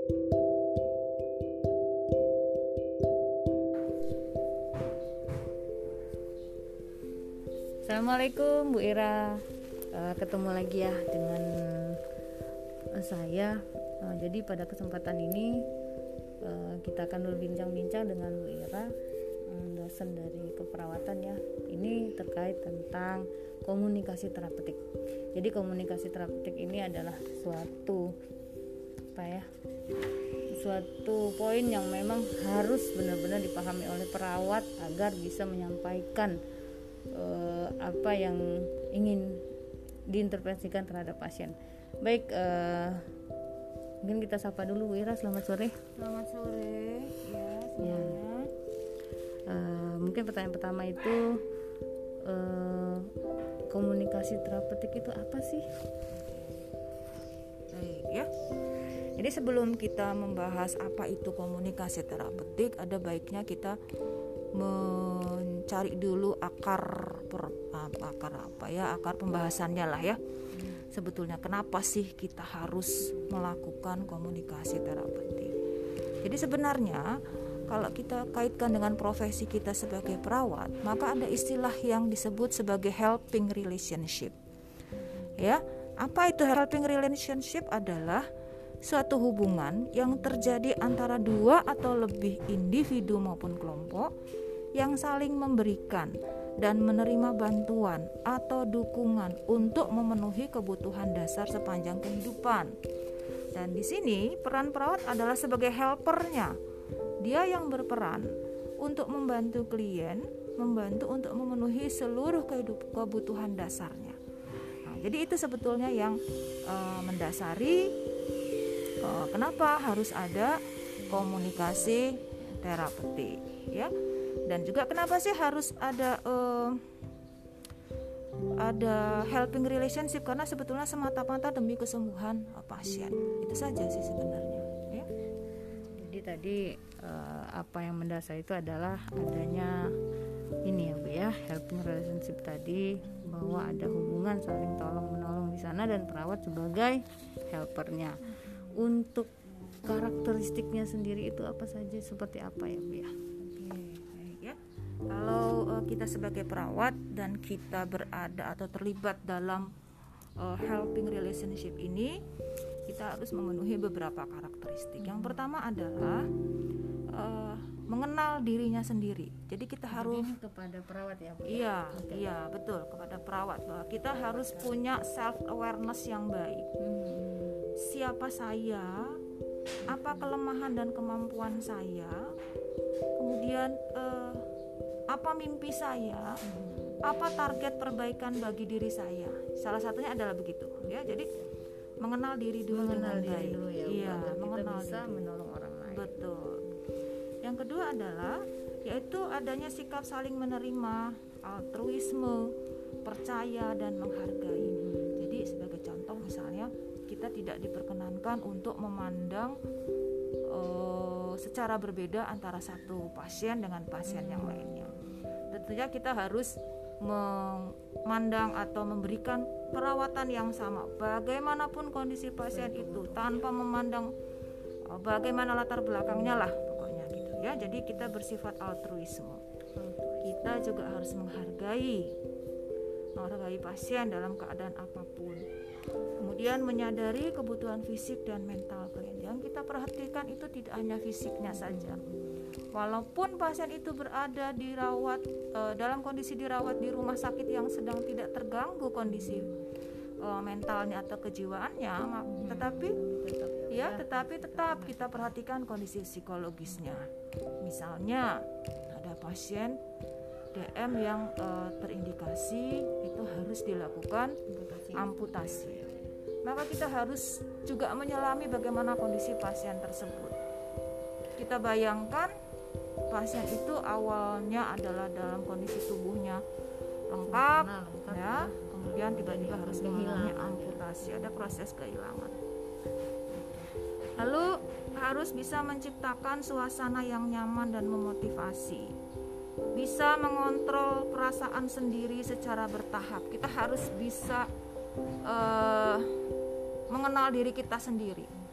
Assalamualaikum Bu Ira, ketemu lagi ya dengan saya. Jadi pada kesempatan ini kita akan berbincang-bincang dengan Bu Ira, dosen dari keperawatan ya. Ini terkait tentang komunikasi terapeutik. Jadi komunikasi terapeutik ini adalah suatu poin yang memang harus benar-benar dipahami oleh perawat agar bisa menyampaikan apa yang ingin diintervensikan terhadap pasien. Baik, mungkin kita sapa dulu Bu Ira. Selamat sore. Selamat sore ya semuanya. Mungkin pertanyaan pertama itu komunikasi terapeutik itu apa sih? Baik ya. Jadi sebelum kita membahas apa itu komunikasi terapeutik, ada baiknya kita mencari dulu akar pembahasannya lah ya. Sebetulnya kenapa sih kita harus melakukan komunikasi terapeutik? Jadi sebenarnya kalau kita kaitkan dengan profesi kita sebagai perawat, maka ada istilah yang disebut sebagai helping relationship. Ya, apa itu helping relationship? Adalah suatu hubungan yang terjadi antara dua atau lebih individu maupun kelompok yang saling memberikan dan menerima bantuan atau dukungan untuk memenuhi kebutuhan dasar sepanjang kehidupan. Dan di sini peran perawat adalah sebagai helpernya. Dia yang berperan untuk membantu klien, membantu untuk memenuhi seluruh kebutuhan dasarnya. Nah, jadi itu sebetulnya yang mendasari kenapa harus ada komunikasi terapeutik, ya. Dan juga kenapa sih harus ada helping relationship, karena sebetulnya semata-mata demi kesembuhan pasien. Itu saja sih sebenarnya ya. Jadi tadi apa yang mendasar itu adalah adanya ini ya Bu ya, helping relationship tadi, bahwa ada hubungan saling tolong menolong di sana dan perawat sebagai helpernya. Untuk karakteristiknya sendiri itu apa saja, seperti apa ya Bu ya? Kalau kita sebagai perawat dan kita berada atau terlibat dalam helping relationship ini, kita harus memenuhi beberapa karakteristik. Yang pertama adalah mengenal dirinya sendiri. Jadi kita harus kepada perawat ya Bu? Iya betul, kepada perawat, bahwa kita harus punya self awareness yang baik. Siapa saya? Apa kelemahan dan kemampuan saya? Kemudian apa mimpi saya, apa target perbaikan bagi diri saya. Salah satunya adalah begitu ya. Jadi mengenal diri dulu dengan baik. Iya, mengenal bisa diri, menolong orang lain. Betul. Yang kedua adalah yaitu adanya sikap saling menerima, altruisme, percaya dan menghargai. Jadi sebagai contoh misalnya, kita tidak diperkenankan untuk memandang secara berbeda antara satu pasien dengan pasien yang lainnya. Tentunya kita harus memandang atau memberikan perawatan yang sama bagaimanapun kondisi pasien itu, tanpa memandang bagaimana latar belakangnya lah pokoknya gitu ya. Jadi kita bersifat altruisme. Kita juga harus menghargai pasien dalam keadaan apapun. Kemudian menyadari kebutuhan fisik dan mental klien. Yang kita perhatikan itu tidak hanya fisiknya saja. Walaupun pasien itu berada dalam kondisi dirawat di rumah sakit yang sedang tidak terganggu kondisi mentalnya atau kejiwaannya, tetapi tetap kita perhatikan kondisi psikologisnya. Misalnya ada pasien DM yang terindikasi itu harus dilakukan amputasi. Maka kita harus juga menyelami bagaimana kondisi pasien tersebut. Kita bayangkan pasien itu awalnya adalah dalam kondisi tubuhnya lengkap ya, kemudian tiba-tiba harus mengalami amputasi, ada proses kehilangan. Lalu harus bisa menciptakan suasana yang nyaman dan memotivasi, bisa mengontrol perasaan sendiri secara bertahap. Kita harus bisa mengenal diri kita sendiri.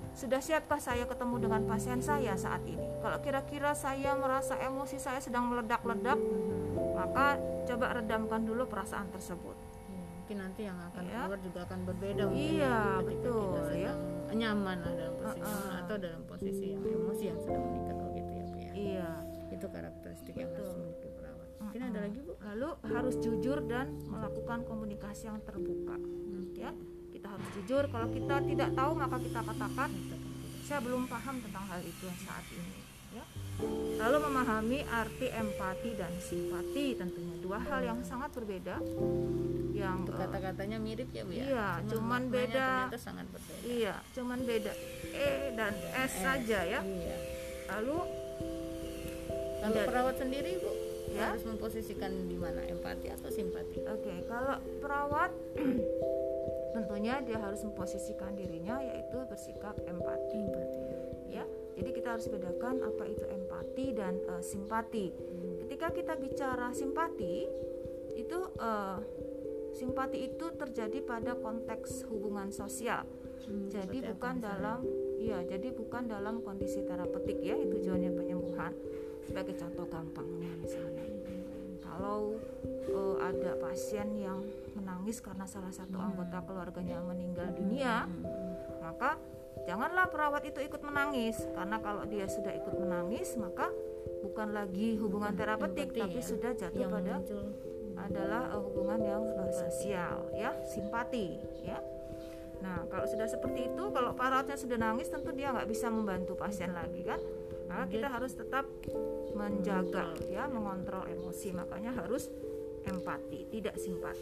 sudah siapkah saya ketemu dengan pasien saya saat ini? Kalau kira-kira saya merasa emosi saya sedang meledak-ledak, maka coba redamkan dulu perasaan tersebut. Mungkin nanti yang akan keluar juga akan berbeda. Iya, ketika betul kita ya. Nyaman lah dalam posisi nyaman atau dalam posisi yang emosi yang sedang meningkat gitu ya Bu ya. Iya. Itu karakteristik yang harus dimiliki perawat. Mungkin ada lagi Bu? Lalu harus jujur dan melakukan komunikasi yang terbuka. Ya, kita harus jujur. Kalau kita tidak tahu maka kita katakan, saya belum paham tentang hal itu saat ini. Ya. Lalu memahami arti empati dan simpati, tentunya dua hal yang sangat berbeda. Yang kata-katanya mirip ya Bu ya. Iya, cuman beda. Ternyata sangat berbeda. Iya, cuman beda dan S saja ya. Iya. Lalu perawat sendiri Bu ya, harus memposisikan di mana, empati atau simpati? Oke, kalau perawat tentunya dia harus memposisikan dirinya yaitu bersikap empati. Ya, jadi kita harus bedakan apa itu empati dan simpati. Ketika kita bicara simpati, itu simpati itu terjadi pada konteks hubungan sosial. Jadi bukan dalam dalam kondisi terapeutik ya, tujuannya penyembuhan. Sebagai contoh gampangnya misalnya, kalau ada pasien yang menangis karena salah satu anggota keluarganya meninggal dunia, maka janganlah perawat itu ikut menangis, karena kalau dia sudah ikut menangis maka bukan lagi hubungan terapeutik, tapi sudah jatuh pada adalah hubungan yang sosial ya, simpati ya. Nah, kalau sudah seperti itu, kalau perawatnya sudah nangis, tentu dia nggak bisa membantu pasien lagi kan. Nah, kita harus tetap menjaga ya, mengontrol emosi, makanya harus empati, tidak simpati.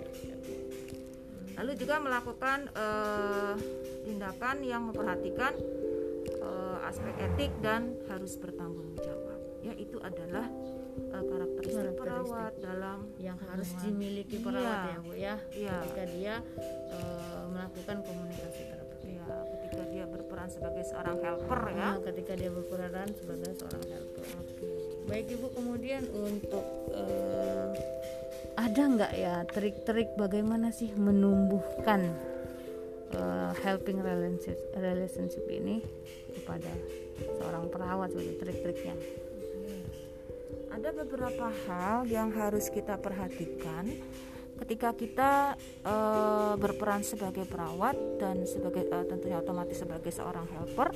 Lalu juga melakukan tindakan yang memperhatikan aspek etik dan harus bertanggung jawab. Ya, itu adalah karakteristik perawat dalam yang harus dimiliki perawat ya Bu ya. Ketika dia melakukan komunikasi terapeutik. Ya, ketika dia berperan sebagai seorang helper ya. Ketika dia berperan sebagai seorang helper. Baik Ibu, kemudian untuk ada nggak ya trik-trik bagaimana sih menumbuhkan helping relationship ini kepada seorang perawat, sebagai trik-triknya? Ada beberapa hal yang harus kita perhatikan ketika kita berperan sebagai perawat dan sebagai tentunya otomatis sebagai seorang helper.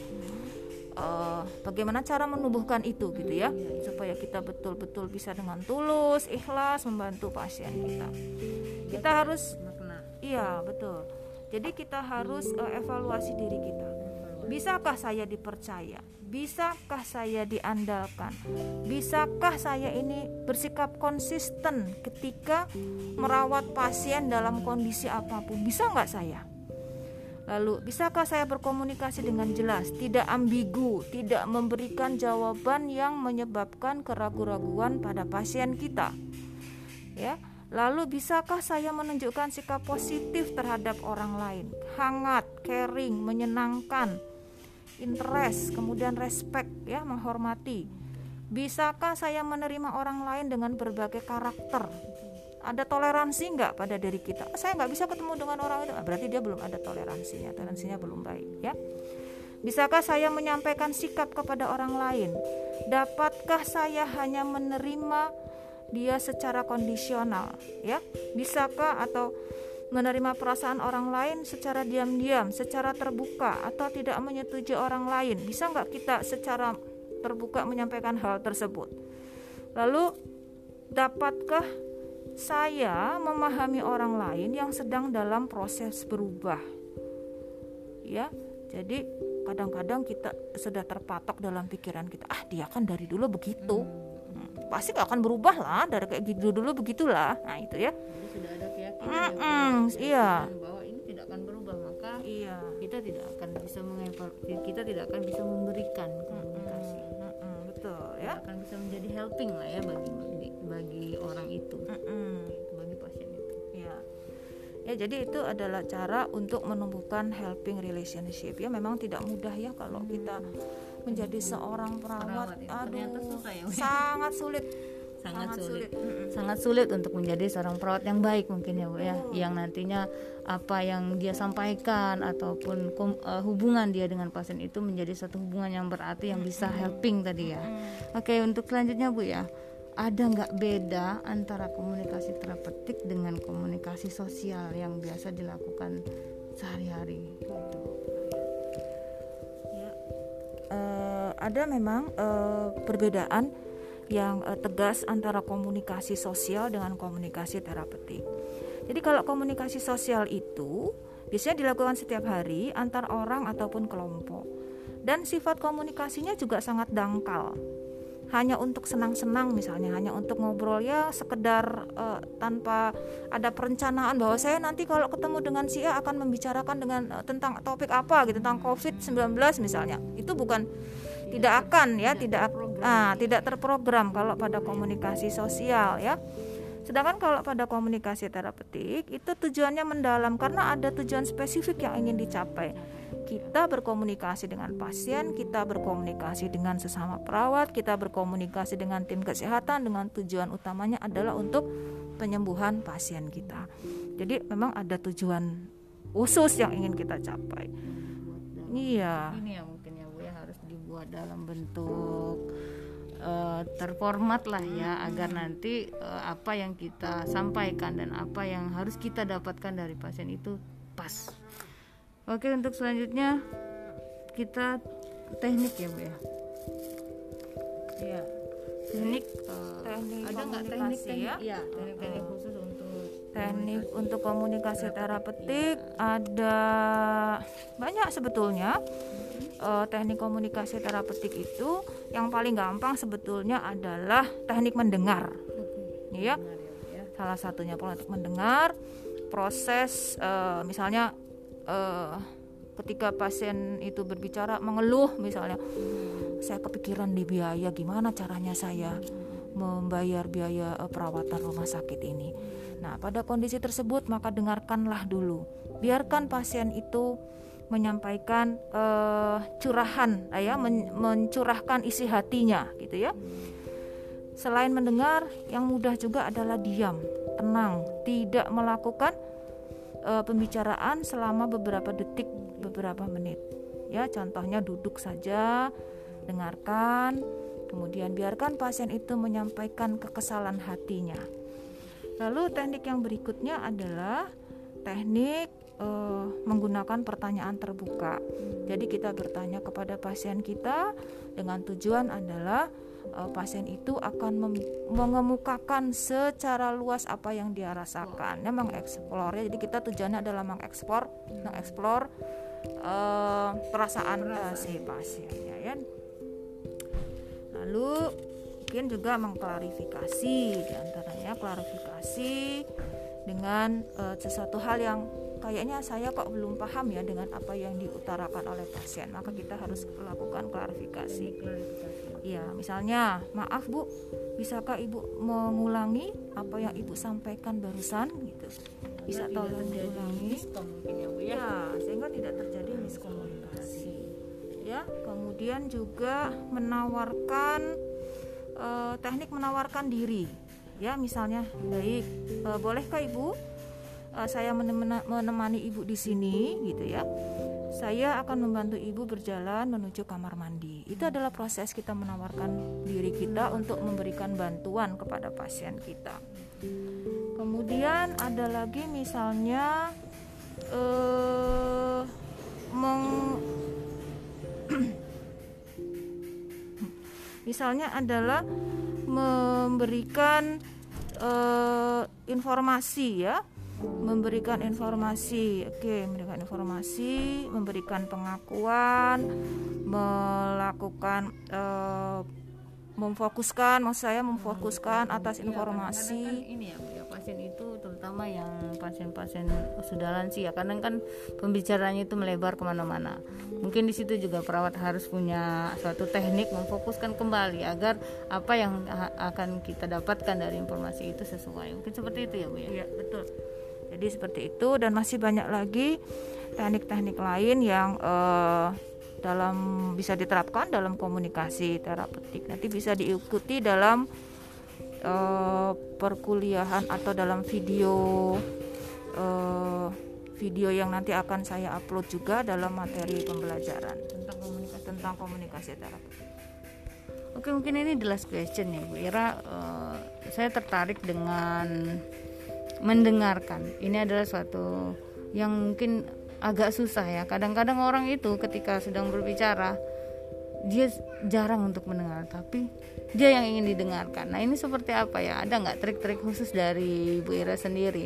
Bagaimana cara menumbuhkan itu gitu ya, supaya kita betul-betul bisa dengan tulus, ikhlas membantu pasien kita. Kita harus iya betul. Jadi kita harus evaluasi diri kita. Bisakah saya dipercaya? Bisakah saya diandalkan? Bisakah saya ini bersikap konsisten ketika merawat pasien dalam kondisi apapun? Bisa nggak saya? Lalu, bisakah saya berkomunikasi dengan jelas, tidak ambigu, tidak memberikan jawaban yang menyebabkan keraguan-raguan pada pasien kita? Ya. Lalu, bisakah saya menunjukkan sikap positif terhadap orang lain? Hangat, caring, menyenangkan, interest, kemudian respect, ya, menghormati. Bisakah saya menerima orang lain dengan berbagai karakter? Ada toleransi nggak pada diri kita? Saya nggak bisa ketemu dengan orang itu, berarti dia belum ada toleransinya belum baik ya. Bisakah saya menyampaikan sikap kepada orang lain? Dapatkah saya hanya menerima dia secara kondisional ya? Bisakah atau menerima perasaan orang lain secara diam-diam, secara terbuka, atau tidak menyetujui orang lain? Bisa nggak kita secara terbuka menyampaikan hal tersebut? Lalu, dapatkah saya memahami orang lain yang sedang dalam proses berubah? Ya, jadi kadang-kadang kita sudah terpatok dalam pikiran kita, dia kan dari dulu begitu, pasti gak akan berubah lah, dari kayak gitu dulu begitulah. Nah itu ya. Jadi sudah ada keyakinan iya. bahwa ini tidak akan berubah, maka kita tidak akan bisa memberikan komunikasi. Betul ya. Tidak akan bisa menjadi helping lah ya bagi orang itu, bagi pasien itu. Ya, jadi itu adalah cara untuk menumbuhkan helping relationship. Ya, memang tidak mudah ya kalau kita menjadi seorang perawat. Ternyata susah ya. Sangat sulit. sangat sulit untuk menjadi seorang perawat yang baik mungkin ya Bu ya, yang nantinya apa yang dia sampaikan ataupun hubungan dia dengan pasien itu menjadi satu hubungan yang berarti yang bisa helping tadi ya. Oke, untuk selanjutnya Bu ya, ada nggak beda antara komunikasi terapeutik dengan komunikasi sosial yang biasa dilakukan sehari-hari? Ada memang perbedaan yang tegas antara komunikasi sosial dengan komunikasi terapeutik. Jadi kalau komunikasi sosial itu biasanya dilakukan setiap hari antar orang ataupun kelompok, dan sifat komunikasinya juga sangat dangkal. Hanya untuk senang-senang misalnya, hanya untuk ngobrol ya sekedar tanpa ada perencanaan bahwa saya nanti kalau ketemu dengan si A akan membicarakan dengan tentang topik apa gitu, tentang COVID-19 misalnya. Itu bukan, tidak akan ya, tidak terprogram kalau pada komunikasi sosial ya. Sedangkan kalau pada komunikasi terapeutik itu tujuannya mendalam karena ada tujuan spesifik yang ingin dicapai. Kita berkomunikasi dengan pasien, kita berkomunikasi dengan sesama perawat, kita berkomunikasi dengan tim kesehatan dengan tujuan utamanya adalah untuk penyembuhan pasien kita. Jadi memang ada tujuan khusus yang ingin kita capai. Iya. Ini ya mungkin ya Bu ya, harus dibuat dalam bentuk terformat lah ya, agar nanti apa yang kita sampaikan dan apa yang harus kita dapatkan dari pasien itu pas. Oke, untuk selanjutnya kita teknik ya Bu ya. Iya. Teknik ada nggak teknik ya? Iya, teknik khusus untuk komunikasi terapeutik ada banyak sebetulnya. Teknik komunikasi terapeutik itu yang paling gampang sebetulnya adalah teknik mendengar. Ya. Salah satunya teknik mendengar. Proses misalnya ketika pasien itu berbicara mengeluh misalnya, saya kepikiran di biaya, gimana caranya saya membayar biaya perawatan rumah sakit ini. Nah, pada kondisi tersebut maka dengarkanlah dulu. Biarkan pasien itu menyampaikan curahan ya, mencurahkan isi hatinya gitu ya. Selain mendengar, yang mudah juga adalah diam, tenang, tidak melakukan pembicaraan selama beberapa detik, beberapa menit. Ya, contohnya duduk saja, dengarkan, kemudian biarkan pasien itu menyampaikan kekesalan hatinya. Lalu teknik yang berikutnya adalah teknik menggunakan pertanyaan terbuka. Jadi kita bertanya kepada pasien kita dengan tujuan adalah pasien itu akan mengemukakan secara luas apa yang dia rasakan, ya, mengeksplor ya. Jadi kita tujuannya adalah mengeksplor perasaan si pasien ya. Lalu mungkin juga mengklarifikasi, diantaranya klarifikasi dengan sesuatu hal yang kayaknya saya kok belum paham ya dengan apa yang diutarakan oleh pasien, maka kita harus lakukan klarifikasi. Ya, misalnya, maaf Bu, bisakah Ibu mengulangi apa yang Ibu sampaikan barusan gitu? Bisa tolong diulangi? Ya, sehingga tidak terjadi miskomunikasi. Ya, kemudian juga menawarkan teknik menawarkan diri. Ya, misalnya, baik, bolehkah Ibu saya menemani Ibu di sini gitu ya. Saya akan membantu Ibu berjalan menuju kamar mandi. Itu adalah proses kita menawarkan diri kita untuk memberikan bantuan kepada pasien kita. Kemudian ada lagi misalnya misalnya adalah memberikan informasi ya, memberikan informasi, memberikan pengakuan, melakukan memfokuskan atas informasi. Kan ini ya pasien itu terutama yang pasien-pasien sudah lansia, kadang kan pembicaranya itu melebar kemana-mana. Mungkin di situ juga perawat harus punya suatu teknik memfokuskan kembali agar apa yang akan kita dapatkan dari informasi itu sesuai. Mungkin seperti itu ya Bu ya. Iya, betul. Jadi seperti itu, dan masih banyak lagi teknik-teknik lain yang bisa diterapkan dalam komunikasi terapeutik. Nanti bisa diikuti dalam perkuliahan atau dalam video yang nanti akan saya upload juga dalam materi pembelajaran tentang komunikasi terapeutik. Oke, mungkin ini the last question ya Bu Ira. Saya tertarik dengan mendengarkan. Ini adalah suatu yang mungkin agak susah ya. Kadang-kadang orang itu ketika sedang berbicara dia jarang untuk mendengar, tapi dia yang ingin didengarkan. Nah, ini seperti apa ya? Ada nggak trik-trik khusus dari Bu Ira sendiri?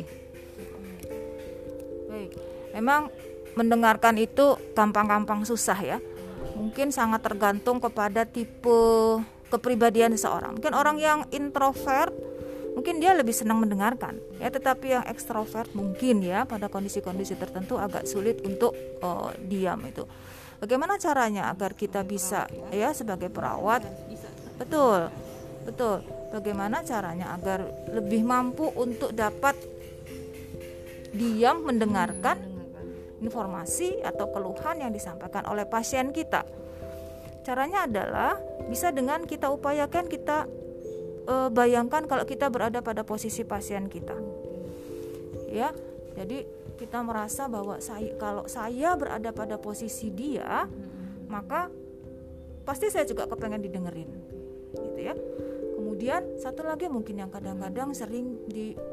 Baik, memang mendengarkan itu gampang-gampang susah ya. Mungkin sangat tergantung kepada tipe kepribadian seseorang. Mungkin orang yang introvert mungkin dia lebih senang mendengarkan ya, tetapi yang ekstrovert mungkin ya pada kondisi-kondisi tertentu agak sulit untuk diam itu. Bagaimana caranya agar kita bisa ya sebagai perawat, betul. Bagaimana caranya agar lebih mampu untuk dapat diam mendengarkan informasi atau keluhan yang disampaikan oleh pasien kita. Caranya adalah bisa dengan kita upayakan, kita bayangkan kalau kita berada pada posisi pasien kita, ya. Jadi kita merasa bahwa kalau saya berada pada posisi dia, maka pasti saya juga kepengen didengerin, gitu ya. Kemudian satu lagi mungkin yang kadang-kadang sering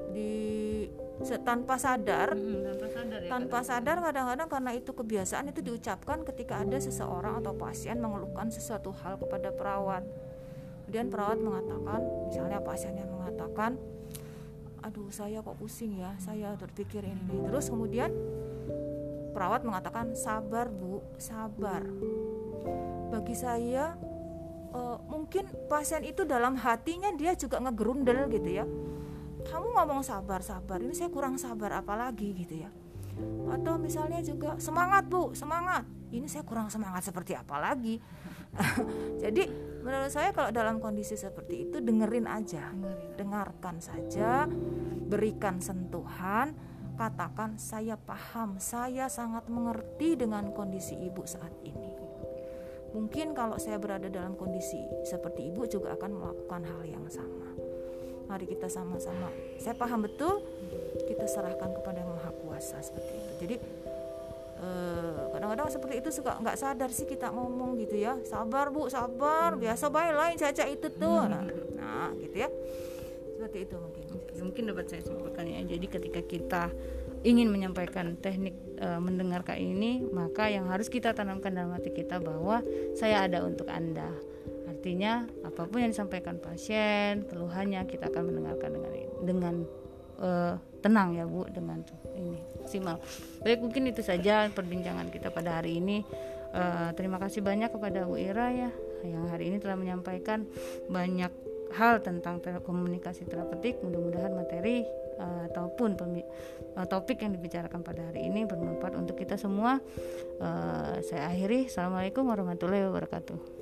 tanpa sadar kadang-kadang karena itu kebiasaan itu diucapkan ketika ada seseorang atau pasien mengeluhkan sesuatu hal kepada perawat. Kemudian perawat mengatakan, misalnya pasiennya mengatakan, aduh saya kok pusing ya, saya berpikir ini. Terus kemudian perawat mengatakan, sabar Bu, sabar. Bagi saya mungkin pasien itu dalam hatinya dia juga ngegerundel gitu ya. Kamu ngomong sabar, ini saya kurang sabar apalagi gitu ya. Atau misalnya juga semangat Bu, semangat. Ini saya kurang semangat seperti apa lagi. Jadi menurut saya kalau dalam kondisi seperti itu dengerin aja, dengarkan saja, berikan sentuhan, katakan saya paham, saya sangat mengerti dengan kondisi ibu saat ini. Mungkin kalau saya berada dalam kondisi seperti ibu juga akan melakukan hal yang sama. Mari kita sama-sama, saya paham betul, kita serahkan kepada Yang Maha Kuasa seperti itu. Jadi kadang-kadang seperti itu suka nggak sadar sih kita ngomong gitu ya, sabar Bu, sabar, biasa baik lain caca itu tuh, nah gitu ya, seperti itu mungkin dapat saya simpulkan ya. Jadi ketika kita ingin menyampaikan teknik mendengarkan ini, maka yang harus kita tanamkan dalam hati kita bahwa saya ada untuk Anda. Artinya apapun yang disampaikan pasien, keluhannya kita akan mendengarkan dengan tenang ya Bu, dengan ini maksimal. Baik, mungkin itu saja perbincangan kita pada hari ini. Terima kasih banyak kepada Bu Ira ya, yang hari ini telah menyampaikan banyak hal tentang komunikasi terapeutik. Mudah-mudahan materi ataupun topik yang dibicarakan pada hari ini bermanfaat untuk kita semua. Saya akhiri. Assalamualaikum warahmatullahi wabarakatuh.